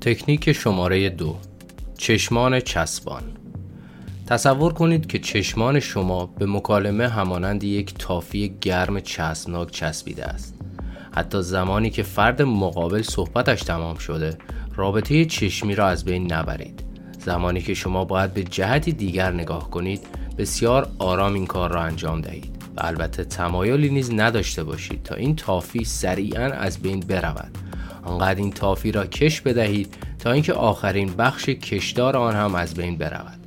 تکنیک شماره 2، چشمان چسبان. تصور کنید که چشمان شما به مکالمه همانند یک تافی گرم چسبناک چسبیده است. حتی زمانی که فرد مقابل صحبتش تمام شده، رابطه چشمی را از بین نبرید. زمانی که شما باید به جهتی دیگر نگاه کنید، بسیار آرام این کار را انجام دهید و البته تمایلی نیز نداشته باشید تا این تافی سریعاً از بین برود. آنقدر این تافی را کش بدهید تا اینکه آخرین بخش کشدار آن هم از بین برود.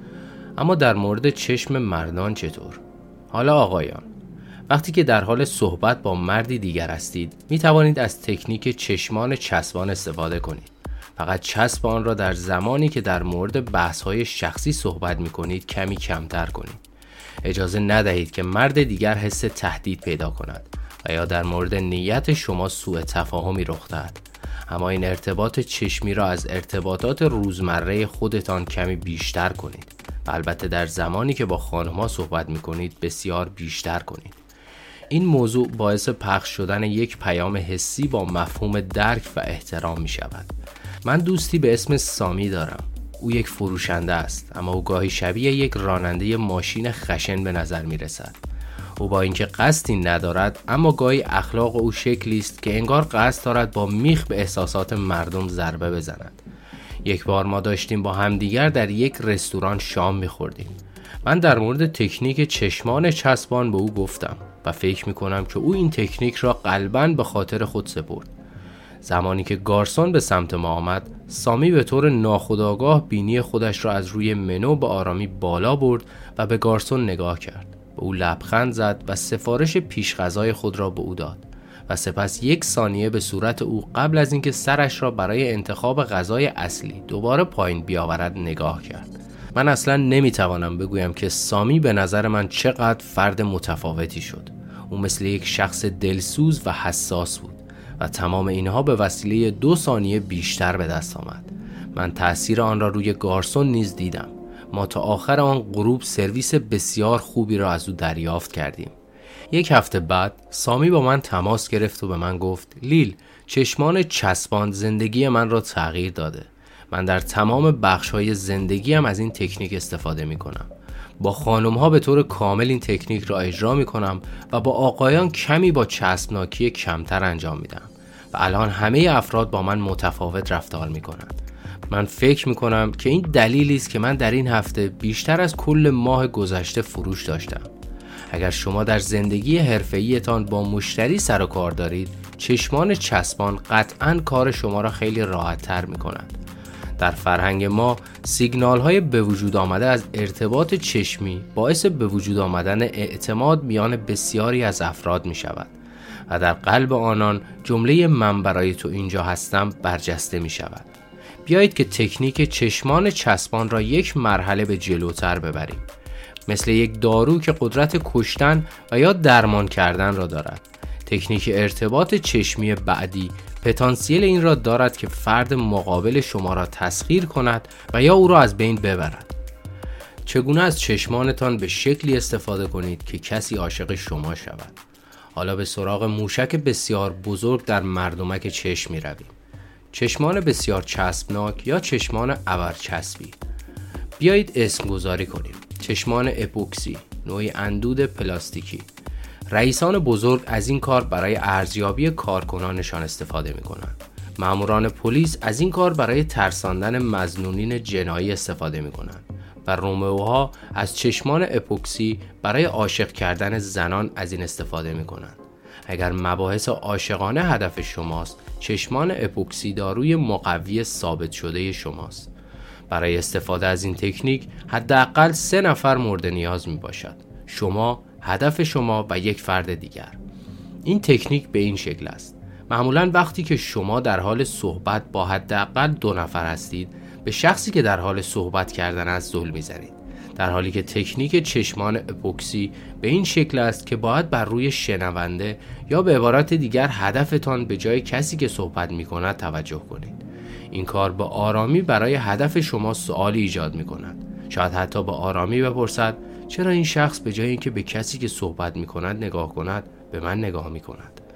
اما در مورد چشم مردان چطور؟ حالا آقایان، وقتی که در حال صحبت با مردی دیگر هستید، می توانید از تکنیک چشمان چسبان استفاده کنید. فقط چسب آن را در زمانی که در مورد بحث‌های شخصی صحبت می‌کنید کمی کمتر کنید. اجازه ندهید که مرد دیگر حس تهدید پیدا کند و یا در مورد نیت شما سوء تفاهمی رخ دهد. اما این ارتباط چشمی را از ارتباطات روزمره خودتان کمی بیشتر کنید و البته در زمانی که با خانم‌ها صحبت می‌کنید بسیار بیشتر کنید. این موضوع باعث پخش شدن یک پیام حسی با مفهوم درک و احترام می‌شود. من دوستی به اسم سامی دارم. او یک فروشنده است، اما او گاهی شبیه یک راننده ماشین خشن به نظر می رسد. او با اینکه قصدی ندارد، اما گاهی اخلاق او شکلی است که انگار قصد دارد با میخ به احساسات مردم ضربه بزند. یک بار ما داشتیم با همدیگر در یک رستوران شام می خوردیم. من در مورد تکنیک چشمان چسبان به او گفتم و فکر می کنم که او این تکنیک را قلباً به خاطر خود سپرد. زمانی که گارسون به سمت ما آمد، سامی به طور ناخودآگاه بینی خودش را از روی منو به آرامی بالا برد و به گارسون نگاه کرد. به او لبخند زد و سفارش پیش غذای خود را به او داد و سپس 1 ثانیه به صورت او قبل از اینکه سرش را برای انتخاب غذای اصلی دوباره پایین بیاورد نگاه کرد. من اصلا نمیتوانم بگویم که سامی به نظر من چقدر فرد متفاوتی شد. او مثل یک شخص دلسوز و حساس بود و تمام اینها به وسیله 2 ثانیه بیشتر به دست آمد. من تأثیر آن را روی گارسون نیز دیدم. ما تا آخر آن غروب سرویس بسیار خوبی را از او دریافت کردیم. 1 هفته بعد سامی با من تماس گرفت و به من گفت: لیل، چشمان چسبان زندگی من را تغییر داده. من در تمام بخش‌های زندگیم از این تکنیک استفاده می‌کنم. با خانم‌ها به طور کامل این تکنیک را اجرا می‌کنم و با آقایان کمی با چسبناکی کمتر انجام میدم و الان همه افراد با من متفاوت رفتار می‌کنند. من فکر می‌کنم که این دلیلی است که من در این هفته بیشتر از کل ماه گذشته فروش داشتم. اگر شما در زندگی حرفه‌ایتان با مشتری سر و کار دارید، چشمان چسبان قطعاً کار شما را خیلی راحت‌تر می‌کند. در فرهنگ ما سیگنال های به وجود آمده از ارتباط چشمی باعث به وجود آمدن اعتماد میان بسیاری از افراد می شود و در قلب آنان جمله من برای تو اینجا هستم برجسته می شود. بیایید که تکنیک چشمان چسبان را 1 مرحله به جلوتر ببریم. مثل یک دارو که قدرت کشتن و یا درمان کردن را دارد، تکنیک ارتباط چشمی بعدی پتانسیل این را دارد که فرد مقابل شما را تسخیر کند و یا او را از بین ببرد. چگونه از چشمانتان به شکلی استفاده کنید که کسی عاشق شما شود؟ حالا به سراغ موشک بسیار بزرگ در مردمک چشم می رویم. چشمان بسیار چسبناک یا چشمان ابرچسبی. بیایید اسم گذاری کنیم. چشمان اپوکسی، نوعی اندود پلاستیکی. رئیسان بزرگ از این کار برای ارزیابی کارکنانشان استفاده می کنند. ماموران پلیس از این کار برای ترساندن مظنونین جنایی استفاده می کنند و رومئوها از چشمان اپوکسی برای عاشق کردن زنان از این استفاده می کنند. اگر مباحث عاشقانه هدف شماست، چشمان اپوکسی داروی مقوی ثابت شده شماست. برای استفاده از این تکنیک حداقل 3 نفر مورد نیاز می باشد. شما، هدف شما و 1 فرد دیگر. این تکنیک به این شکل است. معمولاً وقتی که شما در حال صحبت با حداقل 2 نفر هستید، به شخصی که در حال صحبت کردن است زل می‌زنید. در حالی که تکنیک چشمان اپوکسی به این شکل است که باید بر روی شنونده یا به عبارت دیگر هدفتان به جای کسی که صحبت می‌کند توجه کنید. این کار به آرامی برای هدف شما سوالی ایجاد می‌کند. شاید حتی به آرامی بپرسد: چرا این شخص به جای اینکه به کسی که صحبت می‌کند نگاه کند، به من نگاه می‌کند؟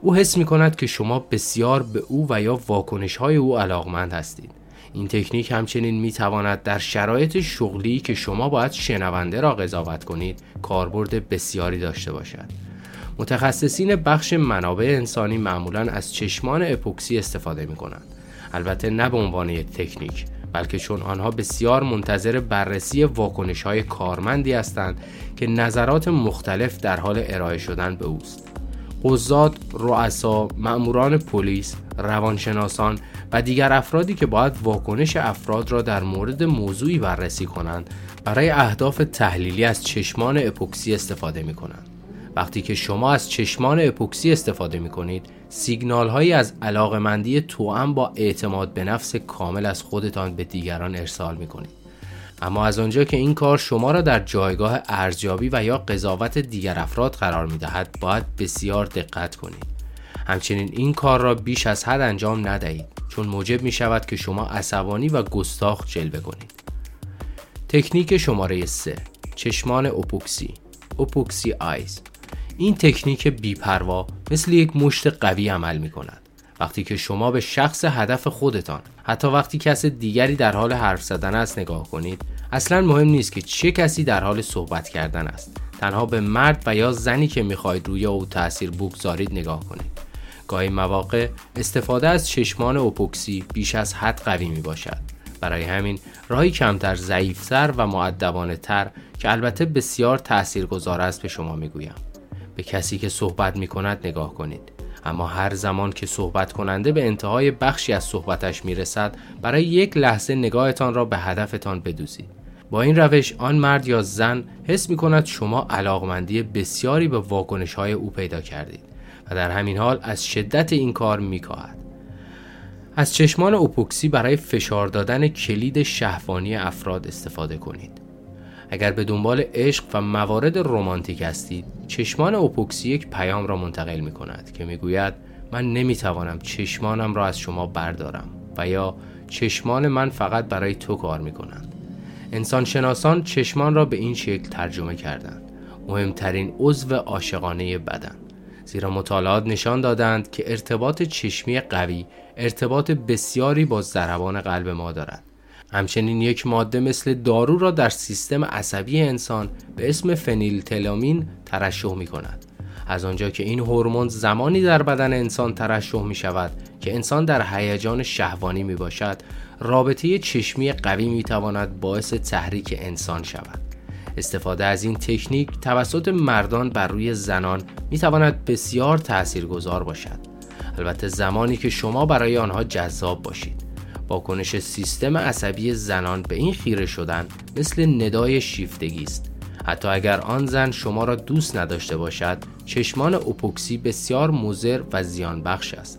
او حس می‌کند که شما بسیار به او و یا واکنش‌های او علاقمند هستید. این تکنیک همچنین می‌تواند در شرایط شغلی که شما باید شنونده را قضاوت کنید کاربرد بسیاری داشته باشد. متخصصین بخش منابع انسانی معمولاً از چشمان اپوکسی استفاده می‌کنند. البته نه به عنوان یک تکنیک، بلکه چون آنها بسیار منتظر بررسی واکنش‌های کارمندی هستند که نظرات مختلف در حال ارائه شدن به اوست. قضات، رؤسا، مأموران پلیس، روانشناسان و دیگر افرادی که باید واکنش افراد را در مورد موضوعی بررسی کنند، برای اهداف تحلیلی از چشمان اپوکسی استفاده می‌کنند. وقتی که شما از چشمان اپوکسی استفاده می‌کنید، سیگنال‌هایی از علاقه‌مندی توأم با اعتماد به نفس کامل از خودتان به دیگران ارسال می‌کنید. اما از آنجا که این کار شما را در جایگاه ارزیابی و یا قضاوت دیگر افراد قرار می‌دهد، باید بسیار دقت کنید. همچنین این کار را بیش از حد انجام ندهید، چون موجب می‌شود که شما عصبانی و گستاخ جلوه کنید. تکنیک شماره 3: چشمان اپوکسی، اپوکسی آیز. این تکنیک بی‌پروا مثل یک مشت قوی عمل می‌کند. وقتی که شما به شخص هدف خودتان، حتی وقتی کس دیگری در حال حرف زدن است نگاه کنید، اصلاً مهم نیست که چه کسی در حال صحبت کردن است. تنها به مرد و یا زنی که می‌خواهید روی او تأثیر بگذارید نگاه کنید. گاهی مواقع استفاده از چشمان اپوکسی بیش از حد قوی می‌باشد. برای همین راهی کمتر ضعیف‌تر و مؤدبانه‌تر که البته بسیار تأثیرگذار است به شما می‌گویم. به کسی که صحبت می‌کند نگاه کنید. اما هر زمان که صحبت کننده به انتهای بخشی از صحبتش میرسد، برای یک لحظه نگاهتان را به هدفتان بدوزید. با این روش آن مرد یا زن حس می‌کند شما علاقمندی بسیاری به واکنش‌های او پیدا کردید و در همین حال از شدت این کار می‌کاهد. از چشمان اپوکسی برای فشار دادن کلید شهوانی افراد استفاده کنید. اگر به دنبال عشق و موارد رمانتیک هستید، چشمان اپوکسی یک پیام را منتقل می کند که می گوید من نمی توانم چشمانم را از شما بردارم و یا چشمان من فقط برای تو کار می کنند. انسان شناسان چشمان را به این شکل ترجمه کردند: مهمترین عضو عاشقانه بدن. زیرا مطالعات نشان دادند که ارتباط چشمی قوی ارتباط بسیاری با ضربان قلب ما دارد. همچنین یک ماده مثل دارو را در سیستم عصبی انسان به اسم فنیلتلامین ترشح می کند. از آنجا که این هورمون زمانی در بدن انسان ترشح می شود که انسان در هیجان شهوانی می باشد، رابطه چشمی قوی می تواند باعث تحریک انسان شود. استفاده از این تکنیک توسط مردان بر روی زنان می تواند بسیار تاثیرگذار باشد. البته زمانی که شما برای آنها جذاب باشید. واکنش سیستم عصبی زنان به این خیره شدن مثل ندای شیفتگی است. حتی اگر آن زن شما را دوست نداشته باشد، چشمان اپوکسی بسیار مضر و زیان بخش است.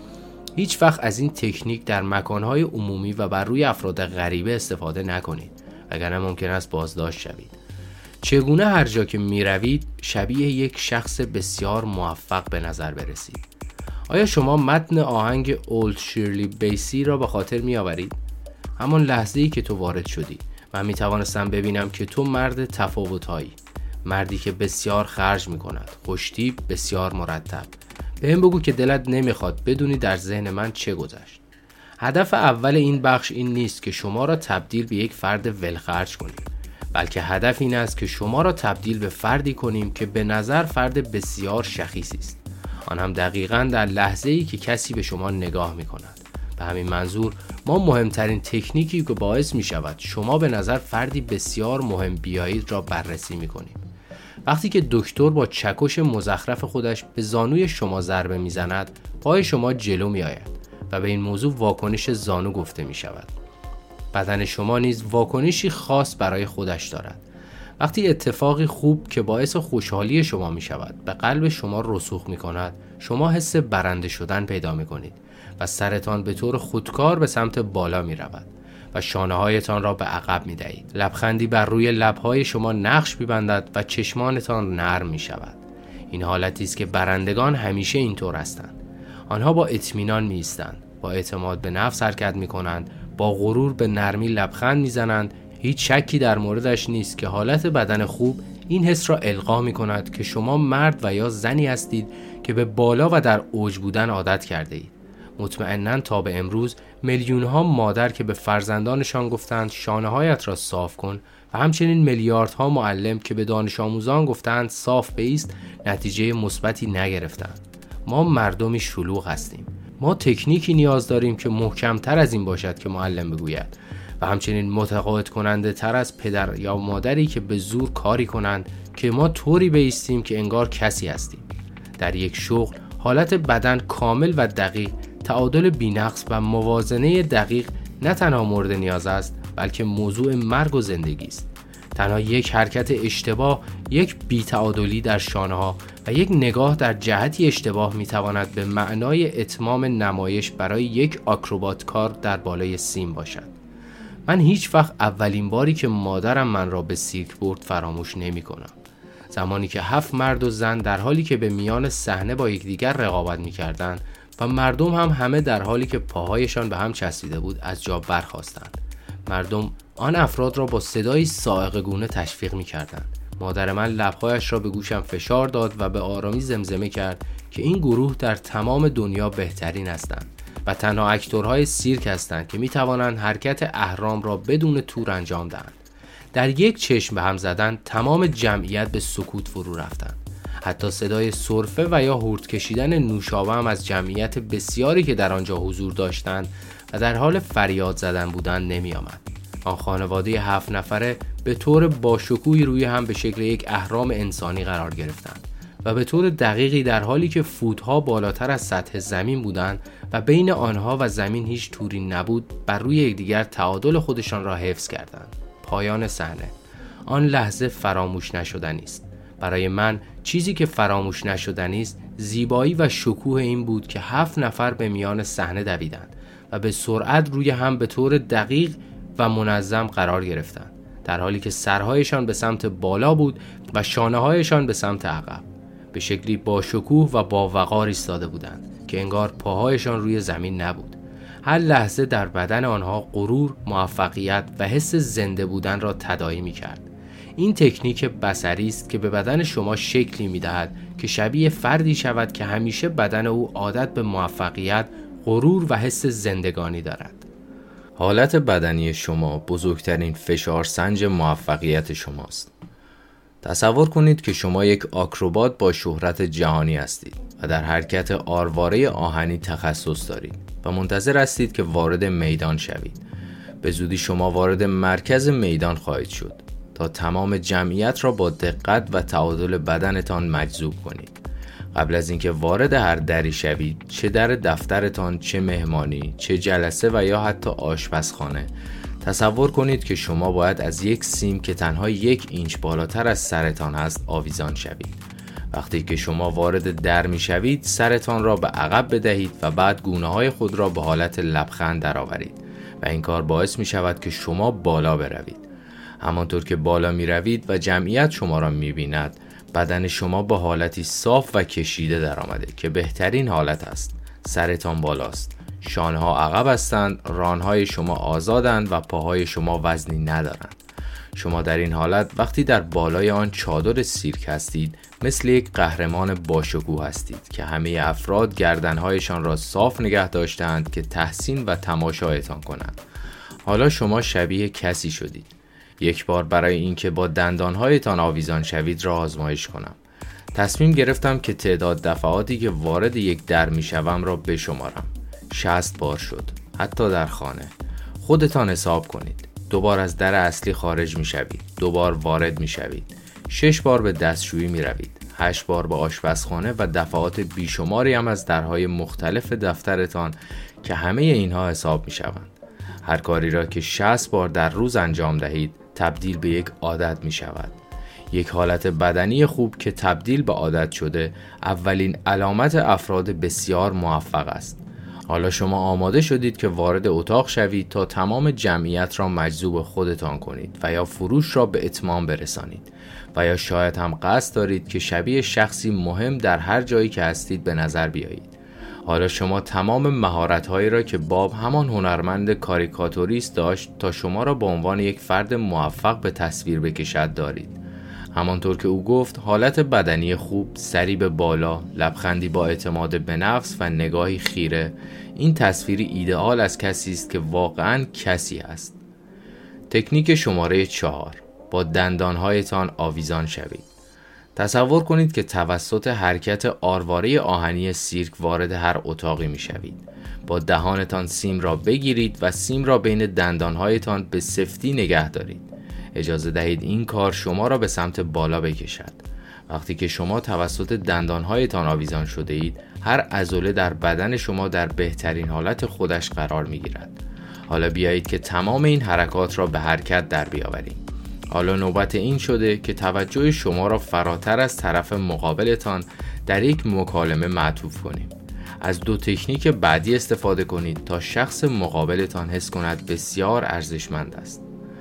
هیچ وقت از این تکنیک در مکانهای عمومی و بر روی افراد غریبه استفاده نکنید، وگرنه ممکن است بازداشت شوید. چگونه هر جا که می روید شبیه یک شخص بسیار موفق به نظر برسید؟ آیا شما متن آهنگ اولد شیرلی بیسی را به خاطر می آورید؟ همان لحظه‌ای که تو وارد شدی من می توانستم ببینم که تو مرد تفاوت‌هایی، مردی که بسیار خرج می کند، خوش‌تیپ، بسیار مرتب. بهم بگو که دلت نمیخواد بدونی در ذهن من چه گذشت. هدف اول این بخش این نیست که شما را تبدیل به یک فرد ولخرج کنیم، بلکه هدف این است که شما را تبدیل به فردی کنیم که به نظر فرد بسیار شخیصی است، آن هم دقیقاً در لحظه‌ای که کسی به شما نگاه می‌کند. به همین منظور ما مهمترین تکنیکی که باعث می‌شود شما به نظر فردی بسیار مهم بیایید را بررسی می‌کنیم. وقتی که دکتر با چکش مزخرف خودش به زانوی شما ضربه می‌زند، پای شما جلو می‌آید و به این موضوع واکنش زانو گفته می‌شود. بدن شما نیز واکنشی خاص برای خودش دارد. وقتی اتفاقی خوب که باعث خوشحالی شما می شود به قلب شما رسوخ می کند، شما حس برنده شدن پیدا می کنید و سرتان به طور خودکار به سمت بالا می رود و شانه هایتان را به عقب می دهید. لبخندی بر روی لبهای شما نقش می بندد و چشمانتان نرم می شود. این حالتی است که برندگان همیشه اینطور هستند. آنها با اطمینان می ایستند، با اعتماد به نفس حرکت می کنند، با غرور به نرمی لبخند می زنند. هیچ شکی در موردش نیست که حالت بدن خوب این حس را القا می کند که شما مرد و یا زنی هستید که به بالا و در اوج بودن عادت کرده اید. مطمئناً تا به امروز میلیون‌ها مادر که به فرزندانشان گفتند شانه‌هایت را صاف کن و همچنین میلیاردها معلم که به دانش آموزان گفتند صاف بایست نتیجه مثبتی نگرفتند. ما مردمی شلوغ هستیم. ما تکنیکی نیاز داریم که محکم‌تر از این باشد که معلم بگوید و همچنین متقاعد کننده تر از پدر یا مادری که به زور کاری کنند که ما طوری بایستیم که انگار کسی هستیم. در یک شغل حالت بدن کامل و دقیق، تعادل بی‌نقص و موازنه دقیق نه تنها مورد نیاز است بلکه موضوع مرگ و زندگی است. تنها یک حرکت اشتباه، یک بی‌تعادلی در شانه‌ها و یک نگاه در جهتی اشتباه می‌تواند به معنای اتمام نمایش برای یک آکروبات کار در بالای سیم باشد. من هیچ وقت اولین باری که مادرم من را به سیرک برد فراموش نمی‌کنم. زمانی که 7 مرد و زن در حالی که به میان صحنه با یکدیگر رقابت می‌کردند و مردم هم همه در حالی که پاهایشان به هم چسبیده بود از جا برخاستند. مردم آن افراد را با صدای صاعقه‌گونه تشویق می‌کردند. مادر من لب‌هایش را به گوشم فشار داد و به آرامی زمزمه کرد که این گروه در تمام دنیا بهترین هستند و تنها اکتورهای سیرک هستند که می‌توانند حرکت اهرام را بدون تور انجام دهند. در یک چشم به هم زدن تمام جمعیت به سکوت فرو رفتند. حتی صدای سرفه و یا هورت کشیدن نوشابه هم از جمعیت بسیاری که در آنجا حضور داشتند و در حال فریاد زدن بودند نمی آمد. آن خانواده 7 نفره به طور باشکوهی روی هم به شکل یک اهرام انسانی قرار گرفتند و به طور دقیقی در حالی که فوتها بالاتر از سطح زمین بودند و بین آنها و زمین هیچ توری نبود بر روی یکدیگر تعادل خودشان را حفظ کردند. پایان صحنه. آن لحظه فراموش نشدنی است. برای من چیزی که فراموش نشدنی است زیبایی و شکوه این بود که 7 نفر به میان صحنه دویدند و به سرعت روی هم به طور دقیق و منظم قرار گرفتند، در حالی که سرهایشان به سمت بالا بود و شانه‌هایشان به سمت عقب. به شکلی با شکوه و با وقار ایستاده بودند که انگار پاهایشان روی زمین نبود. هر لحظه در بدن آنها غرور، موفقیت و حس زنده بودن را تداعی می‌کرد. این تکنیک بصری است که به بدن شما شکلی می‌دهد که شبیه فردی شود که همیشه بدن او عادت به موفقیت، غرور و حس زندگانی دارد. حالت بدنی شما بزرگترین فشارسنج موفقیت شماست. تصور کنید که شما یک آکروبات با شهرت جهانی هستید و در حرکت آرواره آهنی تخصص دارید و منتظر هستید که وارد میدان شوید. به زودی شما وارد مرکز میدان خواهید شد تا تمام جمعیت را با دقت و تعادل بدنتان مجذوب کنید. قبل از اینکه وارد هر دری شوید، چه در دفترتان، چه مهمانی، چه جلسه و یا حتی آشپزخانه، تصور کنید که شما باید از یک سیم که تنها 1 اینچ بالاتر از سرتان هست آویزان شوید. وقتی که شما وارد در می شوید، سرتان را به عقب بدهید و بعد گونه های خود را به حالت لبخند درآورید و این کار باعث می شود که شما بالا بروید. همانطور که بالا می روید و جمعیت شما را می بیند، بدن شما با حالتی صاف و کشیده در آمده که بهترین حالت است. سرتان بالاست، شانه‌ها عقب هستند، رانهای شما آزادند و پاهای شما وزنی ندارند. شما در این حالت وقتی در بالای آن چادر سیرک هستید مثل یک قهرمان باشکوه هستید که همه افراد گردنهایشان را صاف نگه داشتند که تحسین و تماشایتان کنند. حالا شما شبیه کسی شدید. یک بار برای اینکه با دندانهایتان آویزان شوید را آزمایش کنم. تصمیم گرفتم که تعداد دفعاتی که وارد یک در می شوم را بشمارم. 60 بار شد. حتی در خانه. خودتان حساب کنید. 2 بار از در اصلی خارج می شوید. 2 بار وارد می شوید. 6 بار به دستشویی می روید. 8 بار به آشپزخانه و دفعات بیشماری هم از درهای مختلف دفترتان که همه اینها حساب می شوند. هر کاری را که 60 بار در روز انجام دهید تبدیل به یک عادت می شود. یک حالت بدنی خوب که تبدیل به عادت شده اولین علامت افراد بسیار موفق است. حالا شما آماده شدید که وارد اتاق شوید تا تمام جمعیت را مجذوب خودتان کنید و یا فروش را به اتمام برسانید و یا شاید هم قصد دارید که شبیه شخصی مهم در هر جایی که هستید به نظر بیایید. حالا شما تمام مهارت‌هایی را که باب همان هنرمند کاریکاتوریست داشت تا شما را به عنوان یک فرد موفق به تصویر بکشد دارید. همانطور که او گفت، حالت بدنی خوب، سری به بالا، لبخندی با اعتماد به نفس و نگاهی خیره، این تصویری ایدئال از کسی است که واقعاً کسی است. تکنیک شماره 4، با دندانهایتان آویزان شوید. تصور کنید که توسط حرکت آرواره آهنی سیرک وارد هر اتاقی می شوید. با دهانتان سیم را بگیرید و سیم را بین دندانهایتان به سفتی نگه دارید. اجازه دهید این کار شما را به سمت بالا بکشد. وقتی که شما توسط دندانهایتان آویزان شده اید، هر عضله در بدن شما در بهترین حالت خودش قرار می گیرد. حالا بیایید که تمام این حرکات را به حرکت در بیاوریم. حالا نوبت این شده که توجه شما را فراتر از طرف مقابلتان در یک مکالمه معطوف کنیم. از 2 تکنیک بعدی استفاده کنید تا شخص مقابلتان حس کند بسیار ارزشمند است.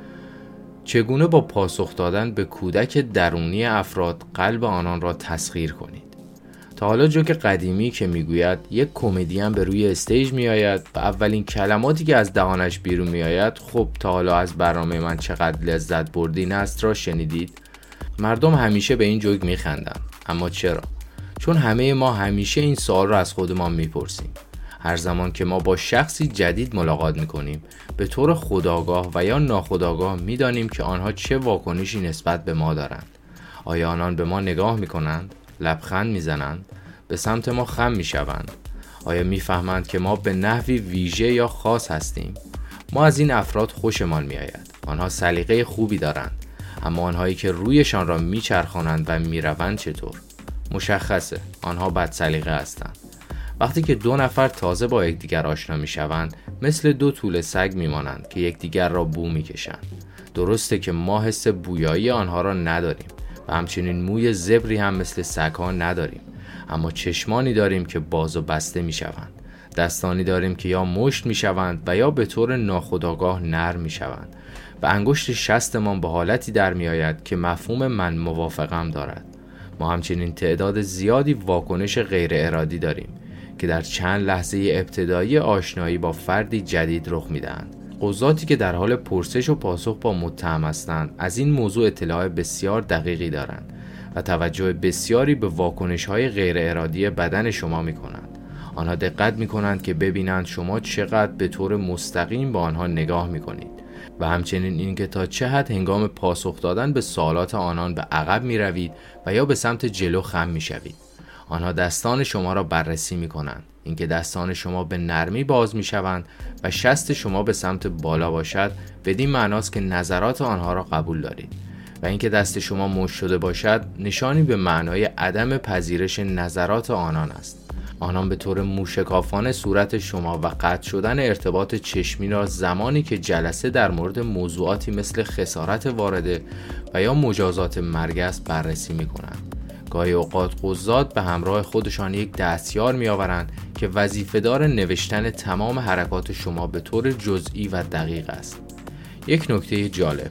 چگونه با پاسخ دادن به کودک درونی افراد قلب آنان را تسخیر کنید. تا حالا جوک قدیمی که میگوید یک کمدین به روی استیج میآید و اولین کلماتی که از دهانش بیرون میآید خب تا حالا از برنامه من چقدر لذت بردین است را شنیدید؟ مردم همیشه به این جوک میخندند. اما چرا؟ چون همه ما همیشه این سوال را از خودمان میپرسیم. هر زمان که ما با شخصی جدید ملاقات میکنیم، به طور خودآگاه و یا ناخودآگاه میدانیم که آنها چه واکنشی نسبت به ما دارند. آیا آنان به ما نگاه میکنند؟ لبخند میزنند؟ به سمت ما خم میشوند؟ آیا میفهمند که ما به نحوی ویژه یا خاص هستیم؟ ما از این افراد خوشمان میآید. آنها سلیقه خوبی دارند. اما آنهایی که رویشان را میچرخانند و میروند چطور؟ مشخصه آنها بد سلیقه هستند. وقتی که 2 نفر تازه با یکدیگر آشنا میشوند، مثل 2 توله سگ میمانند که یکدیگر را بو میکشند. درسته که ما حس بویایی آنها را نداریم و همچنین موی زبری هم مثل سگ‌ها نداریم، اما چشمانی داریم که باز و بسته میشوند. دستانی داریم که یا مشت میشوند و یا به طور ناخودآگاه نرم میشوند و انگشت شستمان به حالتی در میآید که مفهوم من موافقم دارد. ما همچنین تعداد زیادی واکنش غیر ارادی داریم که در چند لحظه ابتدایی آشنایی با فردی جدید رخ میدهند. قضاتی که در حال پرسش و پاسخ با متهم هستند از این موضوع اطلاع بسیار دقیقی دارند و توجه بسیاری به واکنش‌های غیر ارادی بدن شما می‌کنند. آنها دقت می‌کنند که ببینند شما چقدر به طور مستقیم با آنها نگاه می‌کنید و همچنین اینکه تا چه حد هنگام پاسخ دادن به سوالات آنان به عقب می‌روید و یا به سمت جلو خم می‌شوید. آنها دستان شما را بررسی می‌کنند. اینکه دستان شما به نرمی باز می‌شوند و شست شما به سمت بالا باشد، بدین معناست که نظرات آنها را قبول دارید. و اینکه دست شما مشت شده باشد، نشانی به معنای عدم پذیرش نظرات آنان است. آنان به طور موشکافانه صورت شما و قطع شدن ارتباط چشمی را زمانی که جلسه در مورد موضوعاتی مثل خسارت وارده و یا مجازات مرگ است بررسی می‌کنند. گاهی اوقات قضات به همراه خودشان یک دستیار می‌آورند که وظیفه‌دار نوشتن تمام حرکات شما به طور جزئی و دقیق است. یک نکته جالب: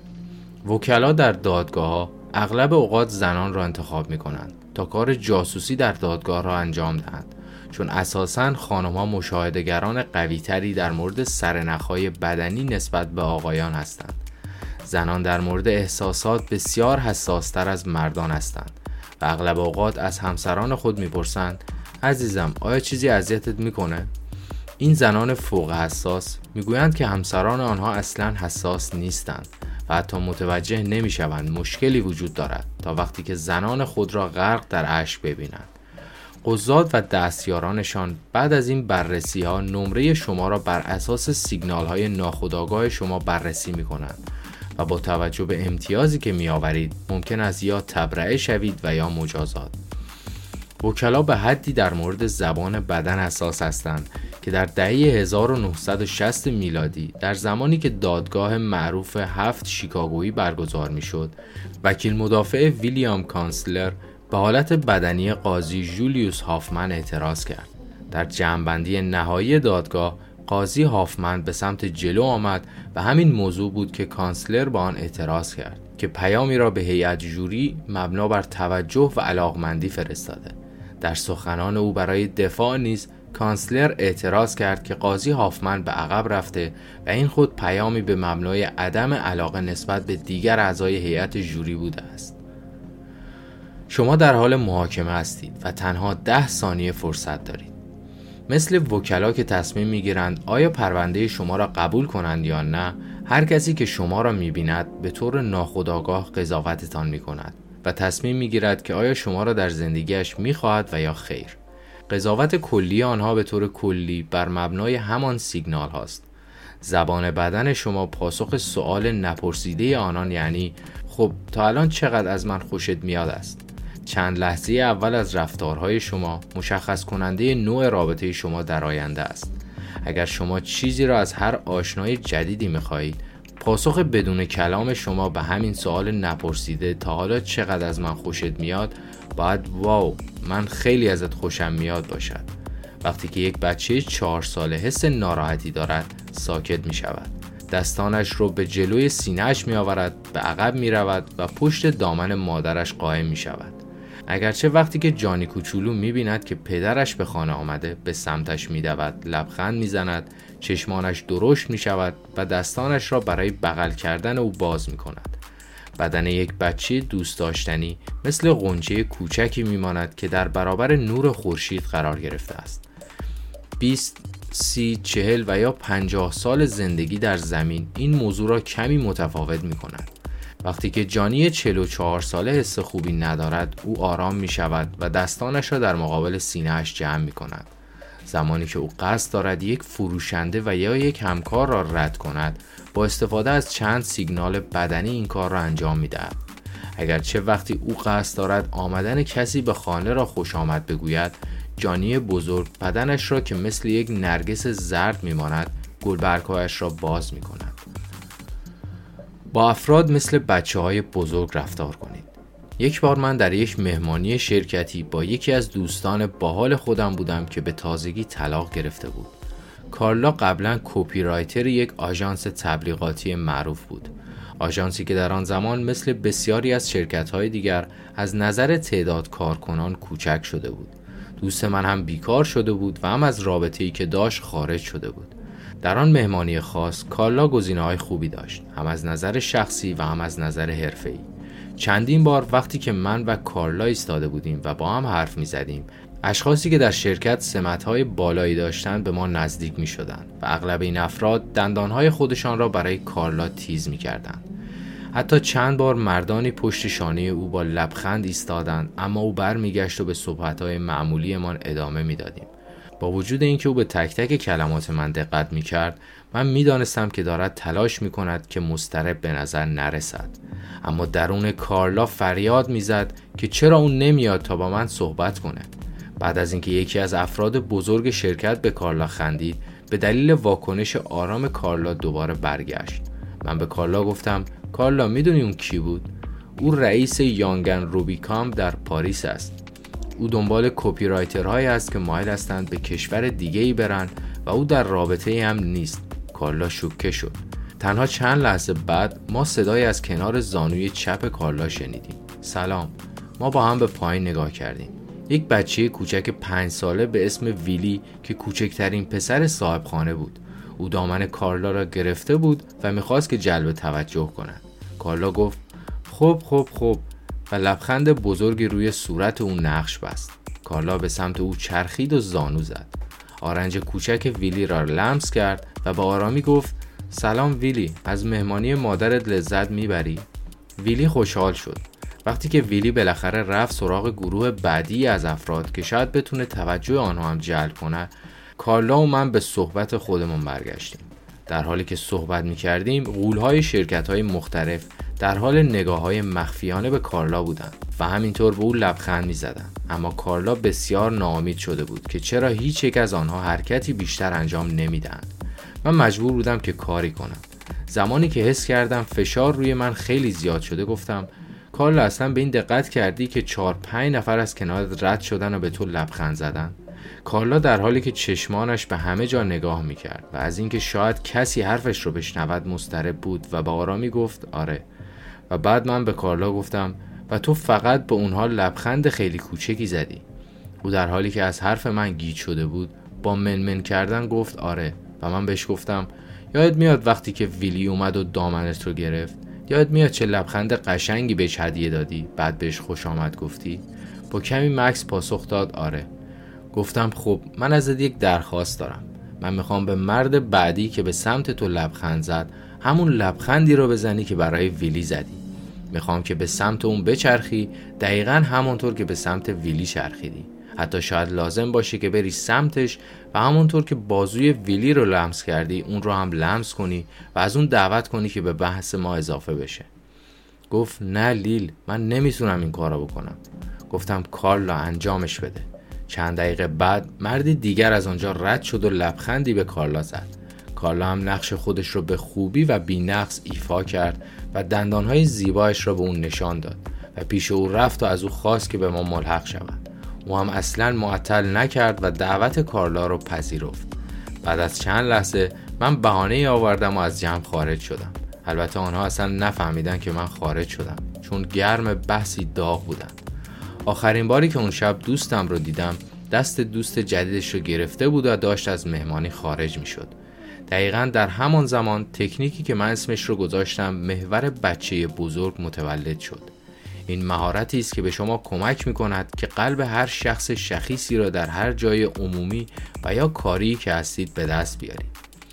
وکلا در دادگاه‌ها اغلب اوقات زنان را انتخاب می‌کنند تا کار جاسوسی در دادگاه را انجام دهند، چون اساساً خانم‌ها مشاهده‌گران قوی‌تری در مورد سرنخ‌های بدنی نسبت به آقایان هستند. زنان در مورد احساسات بسیار حساس‌تر از مردان هستند و اغلب اوقات از همسران خود می‌پرسند: عزیزم آیا چیزی اذیتت می‌کنه؟ این زنان فوق حساس می‌گویند که همسران آنها اصلاً حساس نیستند و حتی متوجه نمی‌شوند مشکلی وجود دارد تا وقتی که زنان خود را غرق در اشک ببینند. قضات و دستیارانشان بعد از این بررسی‌ها نمره شما را بر اساس سیگنال‌های ناخودآگاه شما بررسی می‌کنند و با توجه به امتیازی که می‌آورید ممکن است یا تبرئه شوید و یا مجازات. وکلا به حدی در مورد زبان بدن حساس هستند که در دهه 1960 میلادی در زمانی که دادگاه معروف 7 شیکاگویی برگزار می‌شد، وکیل مدافع ویلیام کانسلر به حالت بدنی قاضی جولیوس هافمن اعتراض کرد. در جمع‌بندی نهایی دادگاه، قاضی هافمن به سمت جلو آمد و همین موضوع بود که کانسلر با آن اعتراض کرد که پیامی را به هیئت جوری مبنا بر توجه و علاقمندی فرستاده. در سخنان او برای دفاع نیز کانسلر اعتراض کرد که قاضی هافمن به عقب رفته و این خود پیامی به مبنای عدم علاقه نسبت به دیگر اعضای هیئت جوری بوده است. شما در حال محاکمه هستید و تنها 10 ثانیه فرصت دارید. مثل وکلا که تصمیم میگیرند آیا پرونده شما را قبول کنند یا نه، هر کسی که شما را میبیند به طور ناخودآگاه قضاوتتان میکند و تصمیم میگیرد که آیا شما را در زندگیش میخواهد و یا خیر. قضاوت کلی آنها به طور کلی بر مبنای همان سیگنال هاست. زبان بدن شما پاسخ سؤال نپرسیده آنان، یعنی خب تا الان چقدر از من خوشت میاد است. چند لحظه اول از رفتارهای شما مشخص کننده نوع رابطه شما در آینده است. اگر شما چیزی را از هر آشنای جدیدی میخواهید، پاسخ بدون کلام شما به همین سوال نپرسیده تا حالا چقدر از من خوشت میاد باید واو من خیلی ازت خوشم میاد باشد. وقتی که یک بچه 4 ساله حس ناراحتی دارد ساکت می شود. دستانش رو به جلوی سینه‌اش می آورد، به عقب می رود و پشت دامن مادرش قائم می شود. اگرچه وقتی که جانی کوچولو می بیند که پدرش به خانه آمده به سمتش می دود، لبخند می زند، چشمانش درشت می شود و دستانش را برای بغل کردن او باز می کند. بدن یک بچه دوست داشتنی مثل غنچه کوچکی می ماند که در برابر نور خورشید قرار گرفته است. 20 30 40 و یا 50 سال زندگی در زمین این موضوع را کمی متفاوت می کند. وقتی که جانی 44 ساله حس خوبی ندارد، او آرام می شود و دستانش را در مقابل سینه‌اش جمع می کند. زمانی که او قصد دارد یک فروشنده و یا یک همکار را رد کند، با استفاده از چند سیگنال بدنی این کار را انجام می دهد. اگرچه وقتی او قصد دارد آمدن کسی به خانه را خوش آمد بگوید، جانی بزرگ بدنش را که مثل یک نرگس زرد میماند گلبرگ‌هایش را باز میکند. با افراد مثل بچه‌های بزرگ رفتار کنید. یک بار من در یک مهمانی شرکتی با یکی از دوستان باحال خودم بودم که به تازگی طلاق گرفته بود. کارلا قبلا کپی رایتر یک آژانس تبلیغاتی معروف بود. آژانسی که در آن زمان مثل بسیاری از شرکت‌های دیگر از نظر تعداد کارکنان کوچک شده بود. دوست من هم بیکار شده بود و هم از رابطه‌ای که داشت خارج شده بود. در آن مهمانی خاص کارلا گزینه‌های خوبی داشت، هم از نظر شخصی و هم از نظر حرفه‌ای. چندین بار وقتی که من و کارلا ایستاده بودیم و با هم حرف می‌زدیم، اشخاصی که در شرکت سمت‌های بالایی داشتند به ما نزدیک می‌شدند و اغلب این افراد دندان‌های خودشان را برای کارلا تیز می‌کردند. حتی چند بار مردانی پشت شانه او با لبخند ایستادند، اما او برمیگشت و به صحبت‌های معمولیمان ادامه می‌دادیم. با وجود اینکه او به تک تک کلمات من دقت می‌کرد، من می‌دانستم که دارد تلاش می‌کند که مضطرب به نظر نرسد. اما درون کارلا فریاد می‌زد که چرا اون نمیاد تا با من صحبت کنه. بعد از اینکه یکی از افراد بزرگ شرکت به کارلا خندید، به دلیل واکنش آرام کارلا دوباره برگشت. من به کارلا گفتم کارلا میدونی اون کی بود؟ او رئیس یانگن روبیکام در پاریس است. او دنبال کپی رایترهایی است که مایل هستند به کشور دیگه‌ای برن و او در رابطه هم نیست. کارلا شوکه شد. تنها چند لحظه بعد ما صدای از کنار زانوی چپ کارلا شنیدیم. سلام. ما با هم به پایین نگاه کردیم. یک بچه کوچک 5 ساله به اسم ویلی که کوچکترین پسر صاحب خانه بود. او دامن کارلا را گرفته بود و میخواست که جلب توجه کند. کارلا گفت خب و لبخند بزرگی روی صورت او نقش بست. کارلا به سمت او چرخید و زانو زد. آرنج کوچک ویلی را لمس کرد و با آرامی گفت سلام ویلی، از مهمانی مادرت لذت میبری؟ ویلی خوشحال شد. وقتی که ویلی بالاخره رفت سراغ گروه بعدی از افراد که شاید بتونه توجه آنها هم جلب کنه، کارلا و من به صحبت خودمون برگشتیم. در حالی که صحبت می‌کردیم، غول‌های شرکت‌های مختلف در حال نگاه‌های مخفیانه به کارلا بودند و همینطور به او لبخند می‌زدند. اما کارلا بسیار ناامید شده بود که چرا هیچ یک از آنها حرکتی بیشتر انجام نمی‌دهند. من مجبور بودم که کاری کنم. زمانی که حس کردم فشار روی من خیلی زیاد شده گفتم کارلا اصلا به این دقت کردی که 4-5 نفر از کنارت رد شدن و به تو لبخند زدن؟ کارلا در حالی که چشمانش به همه جا نگاه میکرد و از اینکه شاید کسی حرفش رو بشنود مضطرب بود و با آرامی گفت آره. و بعد من به کارلا گفتم و تو فقط به اونها لبخند خیلی کوچکی زدی. او در حالی که از حرف من گیج شده بود با منمن کردن گفت آره و من بهش گفتم یادت میاد وقتی که ویلی اومد و دامنت رو گرفت؟ یاد میاد چه لبخند قشنگی بهش هدیه دادی بعد بهش خوش آمد گفتی؟ با کمی مکث پاسخ داد آره. گفتم خب من ازت یک درخواست دارم. من میخوام به مرد بعدی که به سمت تو لبخند زد همون لبخندی رو بزنی که برای ویلی زدی. میخوام که به سمت اون بچرخی دقیقاً همونطور که به سمت ویلی چرخیدی. حتی شاید لازم باشه که بری سمتش و همونطور که بازوی ویلی رو لمس کردی اون رو هم لمس کنی و از اون دعوت کنی که به بحث ما اضافه بشه. گفت نه لیل، من نمیتونم این کارو بکنم. گفتم کارلا انجامش بده. چند دقیقه بعد مردی دیگر از آنجا رد شد و لبخندی به کارلا زد. کارلا هم نقش خودش رو به خوبی و بی‌نقص ایفا کرد و دندانهای زیبایش را به اون نشان داد و پیش او رفت و از او خواست که به ما ملحق شود. او هم اصلاً معطل نکرد و دعوت کارلا رو پذیرفت. بعد از چند لحظه من بهانه‌ای آوردم و از جمع خارج شدم. البته آنها اصلا نفهمیدن که من خارج شدم چون گرم بحثی داغ بودن. آخرین باری که اون شب دوستم رو دیدم دست دوست جدیدش رو گرفته بود و داشت از مهمانی خارج می شد. دقیقاً در همان زمان تکنیکی که من اسمش رو گذاشتم محور بچه بزرگ متولد شد. این مهارتی است که به شما کمک می کند که قلب هر شخص شخیصی را در هر جای عمومی و یا کاری که هستید به دست بیارید.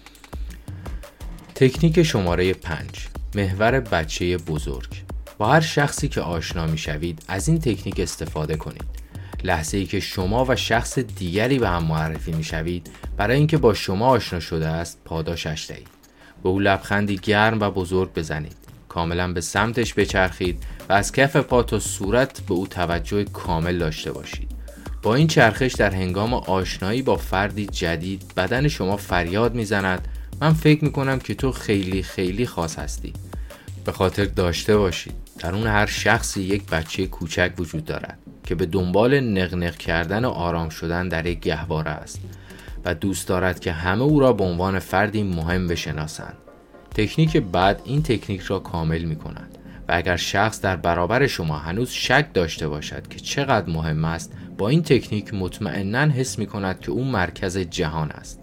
تکنیک شماره 5 محور بچه بزرگ. با هر شخصی که آشنا می شوید از این تکنیک استفاده کنید. لحظه ای که شما و شخص دیگری به هم معرفی می شوید برای اینکه با شما آشنا شده است پاداشش دهید. به او لبخندی گرم و بزرگ بزنید. کاملا به سمتش بچرخید و از کف پا تا صورت به او توجه کامل داشته باشید. با این چرخش در هنگام آشنایی با فردی جدید بدن شما فریاد می زند من فکر می کنم که تو خیلی خیلی خاص هستی. به خاطر داشته باشید درون هر شخصی یک بچه کوچک وجود دارد که به دنبال نقنق کردن و آرام شدن در یک گهواره است و دوست دارد که همه او را به عنوان فردی مهم بشناسند. تکنیک بعد این تکنیک را کامل می کند و اگر شخص در برابر شما هنوز شک داشته باشد که چقدر مهم است با این تکنیک مطمئناً حس می کند که او مرکز جهان است.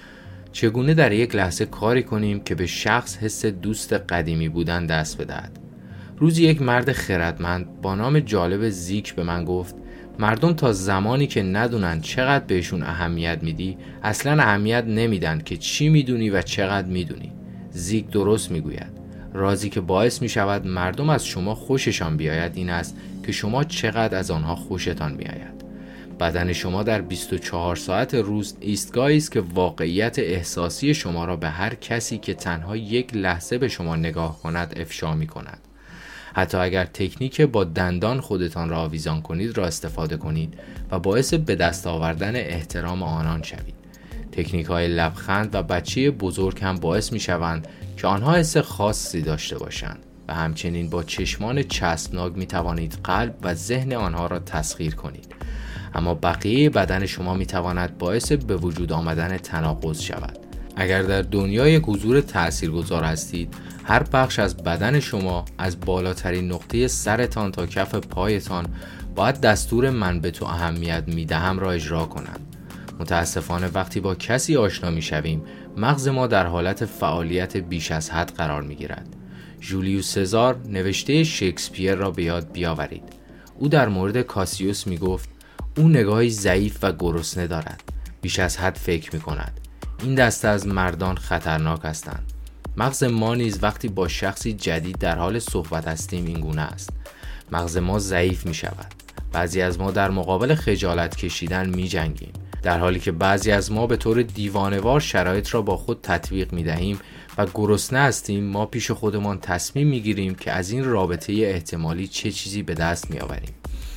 چگونه در یک لحظه کاری کنیم که به شخص حس دوست قدیمی بودن دست بدهد؟ روزی یک مرد خردمند با نام جالب زیک به من گفت مردم تا زمانی که ندونن چقدر بهشون اهمیت میدی اصلا اهمیت نمیدن که چی میدونی و چقدر میدونی. زیک درست میگوید. رازی که باعث میشود مردم از شما خوششان بیاید این است که شما چقدر از آنها خوشتان میآید. بدن شما در 24 ساعت روز ایستگاهی است که واقعیت احساسی شما را به هر کسی که تنها یک لحظه به شما نگاه کند افشا می کند. حتی اگر تکنیک با دندان خودتان را آویزان کنید را استفاده کنید و باعث به دست آوردن احترام آنان شوید. تکنیک های لبخند و بچه بزرگ هم باعث می شوند که آنها حس خاصی داشته باشند و همچنین با چشمان چسبناک می توانید قلب و ذهن آنها را تسخیر کنید. اما بقیه بدن شما می تواند باعث به وجود آمدن تناقض شود. اگر در دنیای حضور تاثیرگذار هستید، هر بخش از بدن شما از بالاترین نقطه سرتان تا کف پایتان باید دستور من به تو اهمیت می دهم را اجرا کنند. متاسفانه وقتی با کسی آشنا می شویم، مغز ما در حالت فعالیت بیش از حد قرار می گیرد. جولیوس سزار نوشته شکسپیر را به یاد بیاورید. او در مورد کاسیوس می گفت او نگاهی ضعیف و گرسنه دارد. بیش از حد فکر می کند. این دسته از مردان خطرناک هستند. مغز ما نیز وقتی با شخصی جدید در حال صحبت هستیم این گونه است. مغز ما ضعیف می شود. بعضی از ما در مقابل خجالت کشیدن می جنگیم. در حالی که بعضی از ما به طور دیوانه‌وار شرایط را با خود تطبیق می دهیم و گرسنه هستیم، ما پیش خودمان تصمیم می گیریم که از این رابطه احتمالی چه چیزی به دست می آوریم.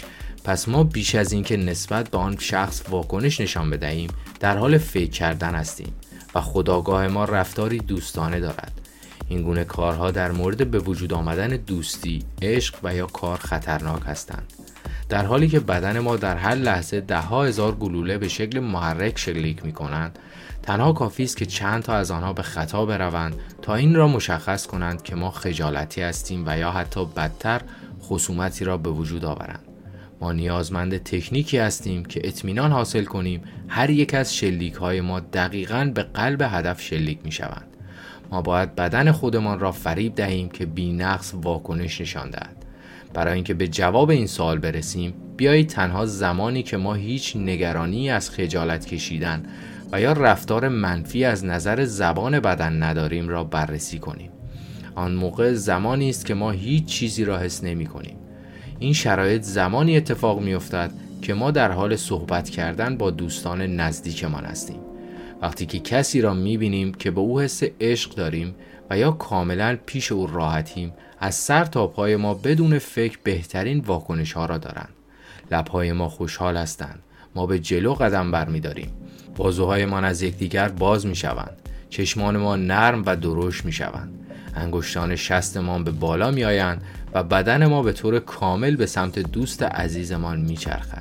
پس ما بیش از این که نسبت به آن شخص واکنش نشان بدهیم در حال فکر کردن هستیم و خودآگاه ما رفتاری دوستانه دارد. این گونه کارها در مورد به وجود آمدن دوستی، عشق و یا کار خطرناک هستند. در حالی که بدن ما در هر لحظه 10,000 گلوله به شکل محرک شلیک می کنند، تنها کافی است که چند تا از آنها به خطا بروند تا این را مشخص کنند که ما خجالتی هستیم و یا حتی بدتر خصومتی را به وجود آورند. ما نیازمند تکنیکی هستیم که اطمینان حاصل کنیم هر یک از شلیک های ما دقیقاً به قلب هدف شلیک می شوند. ما باید بدن خودمان را فریب دهیم که بی‌نقص واکنش نشان دهد. برای اینکه به جواب این سوال برسیم، بیایید تنها زمانی که ما هیچ نگرانی از خجالت کشیدن و یا رفتار منفی از نظر زبان بدن نداریم را بررسی کنیم. آن موقع زمانی است که ما هیچ چیزی را حس نمی کنیم. این شرایط زمانی اتفاق می افتد که ما در حال صحبت کردن با دوستان نزدیکمان هستیم. وقتی که کسی را می بینیم که به او حس عشق داریم و یا کاملا پیش او راحتیم، از سر تا پای ما بدون فکر بهترین واکنش ها را دارند. لبهای ما خوشحال هستند. ما به جلو قدم برمی داریم. بازوهایمان از یکدیگر باز می شوند. چشمان ما نرم و درشت می شوند. انگشتان شستمان به بالا می آیند و بدن ما به طور کامل به سمت دوست عزیزمان می چرخد.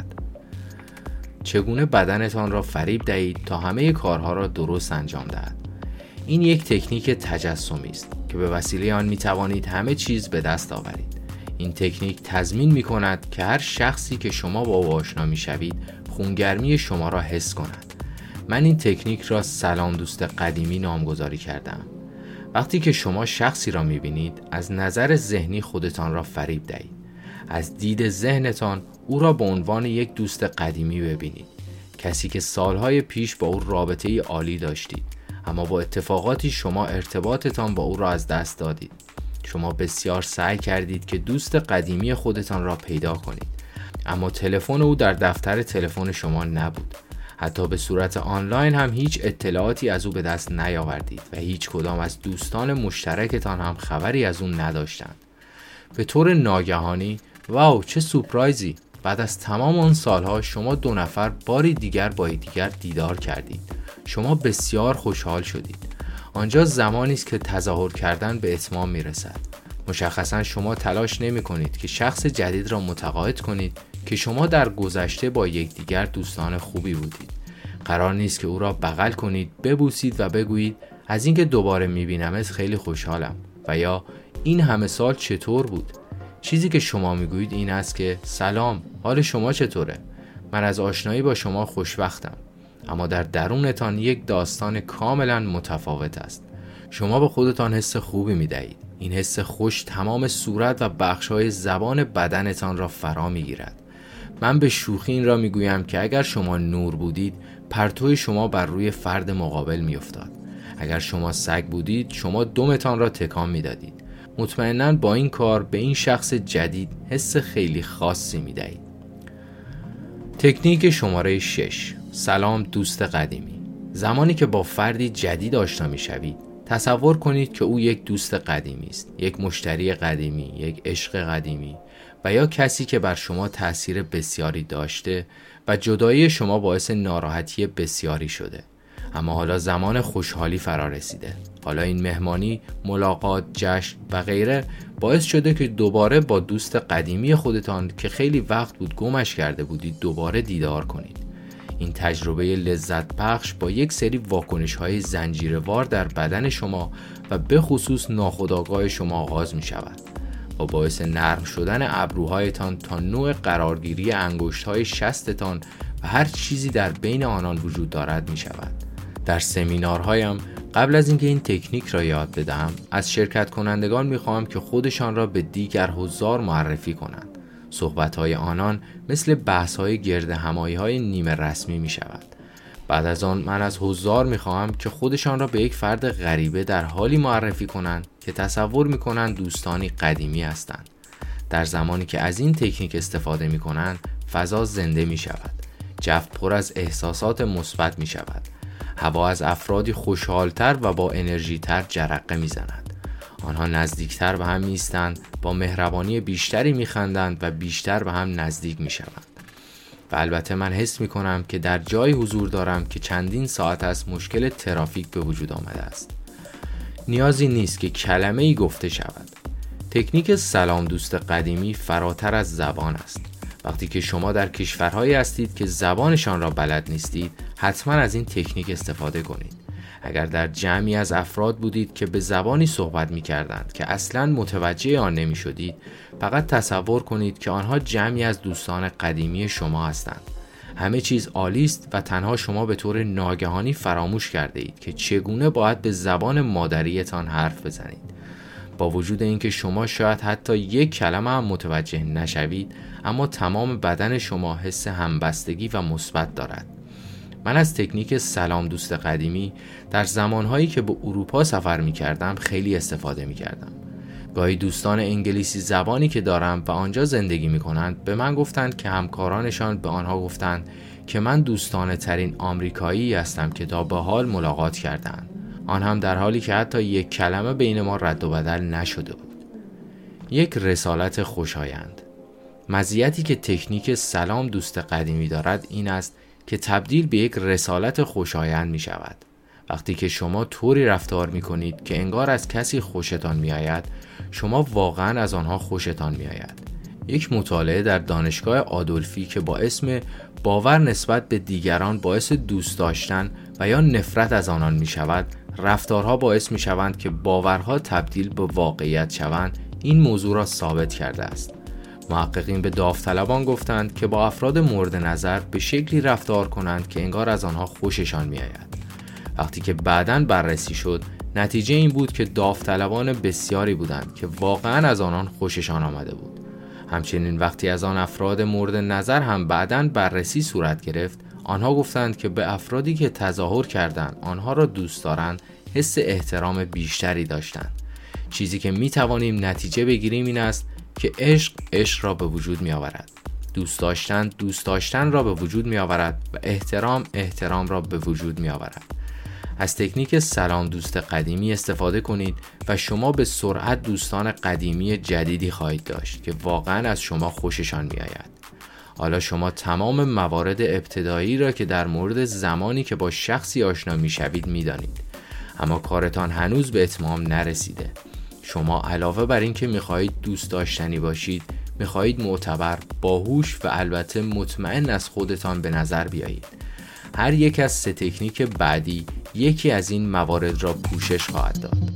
چگونه بدنتان را فریب دهید تا همه کارها را درست انجام دهد؟ این یک تکنیک تجسمی است که به وسیله آن می توانید همه چیز به دست آورید. این تکنیک تضمین می کند که هر شخصی که شما با او آشنا می شوید خونگرمی شما را حس کند. من این تکنیک را سلام دوست قدیمی نامگذاری کردم. وقتی که شما شخصی را می بینید، از نظر ذهنی خودتان را فریب دهید. از دید ذهنتان او را به عنوان یک دوست قدیمی ببینید. کسی که سالهای پیش با او رابطه‌ای عالی داشتید، اما با اتفاقاتی شما ارتباطتان با او را از دست دادید. شما بسیار سعی کردید که دوست قدیمی خودتان را پیدا کنید، اما تلفن او در دفتر تلفن شما نبود. حتی به صورت آنلاین هم هیچ اطلاعاتی از او به دست نیاوردید و هیچ کدام از دوستان مشترکتان هم خبری از او نداشتند. به طور ناگهانی، واو چه سورپرایزی! بعد از تمام آن سالها شما دو نفر باری دیگر با یکدیگر دیدار کردید. شما بسیار خوشحال شدید. آنجا زمانی است که تظاهر کردن به اتمام میرسد. مشخصا شما تلاش نمی کنید که شخص جدید را متقاعد کنید که شما در گذشته با یکدیگر دوستان خوبی بودید. قرار نیست که او را بغل کنید، ببوسید و بگویید از اینکه دوباره میبینمت خیلی خوشحالم و یا این همه سال چطور بود. چیزی که شما میگویید این است که سلام، حال شما چطوره؟ من از آشنایی با شما خوشوقتم. اما در درونتان یک داستان کاملا متفاوت است. شما به خودتان حس خوبی میدهید. این حس خوش تمام صورت و بخش‌های زبان بدنتان را فرا میگیرد. من به شوخی این را میگویم که اگر شما نور بودید، پرتو شما بر روی فرد مقابل میافتاد. اگر شما سگ بودید، شما دمتان را تکان میدادید. مطمئناً با این کار به این شخص جدید حس خیلی خاصی میدهید. تکنیک شماره 6. سلام دوست قدیمی. زمانی که با فردی جدید آشنا میشوید، تصور کنید که او یک دوست قدیمی است، یک مشتری قدیمی، یک عشق قدیمی و یا کسی که بر شما تأثیر بسیاری داشته و جدایی شما باعث ناراحتی بسیاری شده. اما حالا زمان خوشحالی فرا رسیده. حالا این مهمانی، ملاقات، جشن و غیره باعث شده که دوباره با دوست قدیمی خودتان که خیلی وقت بود گمش کرده بودید دوباره دیدار کنید. این تجربه لذت بخش با یک سری واکنش‌های زنجیروار در بدن شما و به خصوص ناخودآگاه شما آغاز می شود و باعث نرم شدن ابروهایتان تا نوع قرارگیری انگشت‌های شستتان و هر چیزی در بین آنان وجود دارد می شود. در سمینارهایم قبل از اینکه این تکنیک را یاد بدهم، از شرکت کنندگان می خواهم که خودشان را به دیگر حضار معرفی کنند. صحبت‌های آنان مثل بحث‌های گرد همایی‌های نیمه رسمی می شود. بعد از آن من از حضار می خواهم که خودشان را به یک فرد غریبه در حالی معرفی کنند که تصور می کنند دوستانی قدیمی هستند. در زمانی که از این تکنیک استفاده می کنند، فضا زنده می شود. جو پر از احساسات مثبت می شود. هوا از افرادی خوشحالتر و با انرژی‌تر جرقه می زند. آنها نزدیکتر به هم می‌ایستند، با مهربانی بیشتری می‌خندند و بیشتر به هم نزدیک می‌شوند. و البته من حس می‌کنم که در جایی حضور دارم که چندین ساعت است مشکل ترافیک به وجود آمده است. نیازی نیست که کلمه‌ای گفته شود. تکنیک سلام دوست قدیمی فراتر از زبان است. وقتی که شما در کشورهایی هستید که زبانشان را بلد نیستید، حتما از این تکنیک استفاده کنید. اگر در جمعی از افراد بودید که به زبانی صحبت می کردند که اصلاً متوجه آن نمی شدید، فقط تصور کنید که آنها جمعی از دوستان قدیمی شما هستند. همه چیز عالی است و تنها شما به طور ناگهانی فراموش کرده اید که چگونه باید به زبان مادریتان حرف بزنید. با وجود اینکه شما شاید حتی یک کلمه هم متوجه نشوید، اما تمام بدن شما حس همبستگی و مثبت دارد. من از تکنیک سلام دوست قدیمی در زمانهایی که به اروپا سفر می کردم خیلی استفاده می کردم. گاهی دوستان انگلیسی زبانی که دارم و آنجا زندگی می کنند به من گفتند که همکارانشان به آنها گفتند که من دوستانه ترین آمریکایی هستم که تا به حال ملاقات کردند. آن هم در حالی که حتی یک کلمه بین ما رد و بدل نشده بود. یک رسالت خوشایند. مزیتی که تکنیک سلام دوست قدیمی دارد این است که تبدیل به یک رسالت خوشایند می شود. وقتی که شما طوری رفتار می کنید که انگار از کسی خوشتان می آید، شما واقعا از آنها خوشتان می آید. یک مطالعه در دانشگاه آدولفی که با اسم باور نسبت به دیگران باعث دوست داشتن و یا نفرت از آنان می شود، رفتارها باعث می شوند که باورها تبدیل به واقعیت شوند، این موضوع را ثابت کرده است. محققین به داوطلبان گفتند که با افراد مورد نظر به شکلی رفتار کنند که انگار از آنها خوششان می آید. وقتی که بعداً بررسی شد، نتیجه این بود که داوطلبان بسیاری بودند که واقعاً از آنان خوششان آمده بود. همچنین وقتی از آن افراد مورد نظر هم بعداً بررسی صورت گرفت، آنها گفتند که به افرادی که تظاهر کردند آنها را دوست دارند حس احترام بیشتری داشتند. چیزی که می توانیم نتیجه بگیریم این است که عشق را به وجود می آورد. دوست داشتن را به وجود می آورد و احترام را به وجود می آورد. از تکنیک سلام دوست قدیمی استفاده کنید و شما به سرعت دوستان قدیمی جدیدی خواهید داشت که واقعا از شما خوششان می آید. حالا شما تمام موارد ابتدایی را که در مورد زمانی که با شخصی آشنا می شوید می دانید. اما کارتان هنوز به اتمام نرسیده. شما علاوه بر این که می خواهید دوست داشتنی باشید، می خواهید معتبر، باهوش و البته مطمئن از خودتان به نظر بیایید. هر یک از 3 تکنیک بعدی یکی از این موارد را پوشش خواهد داد.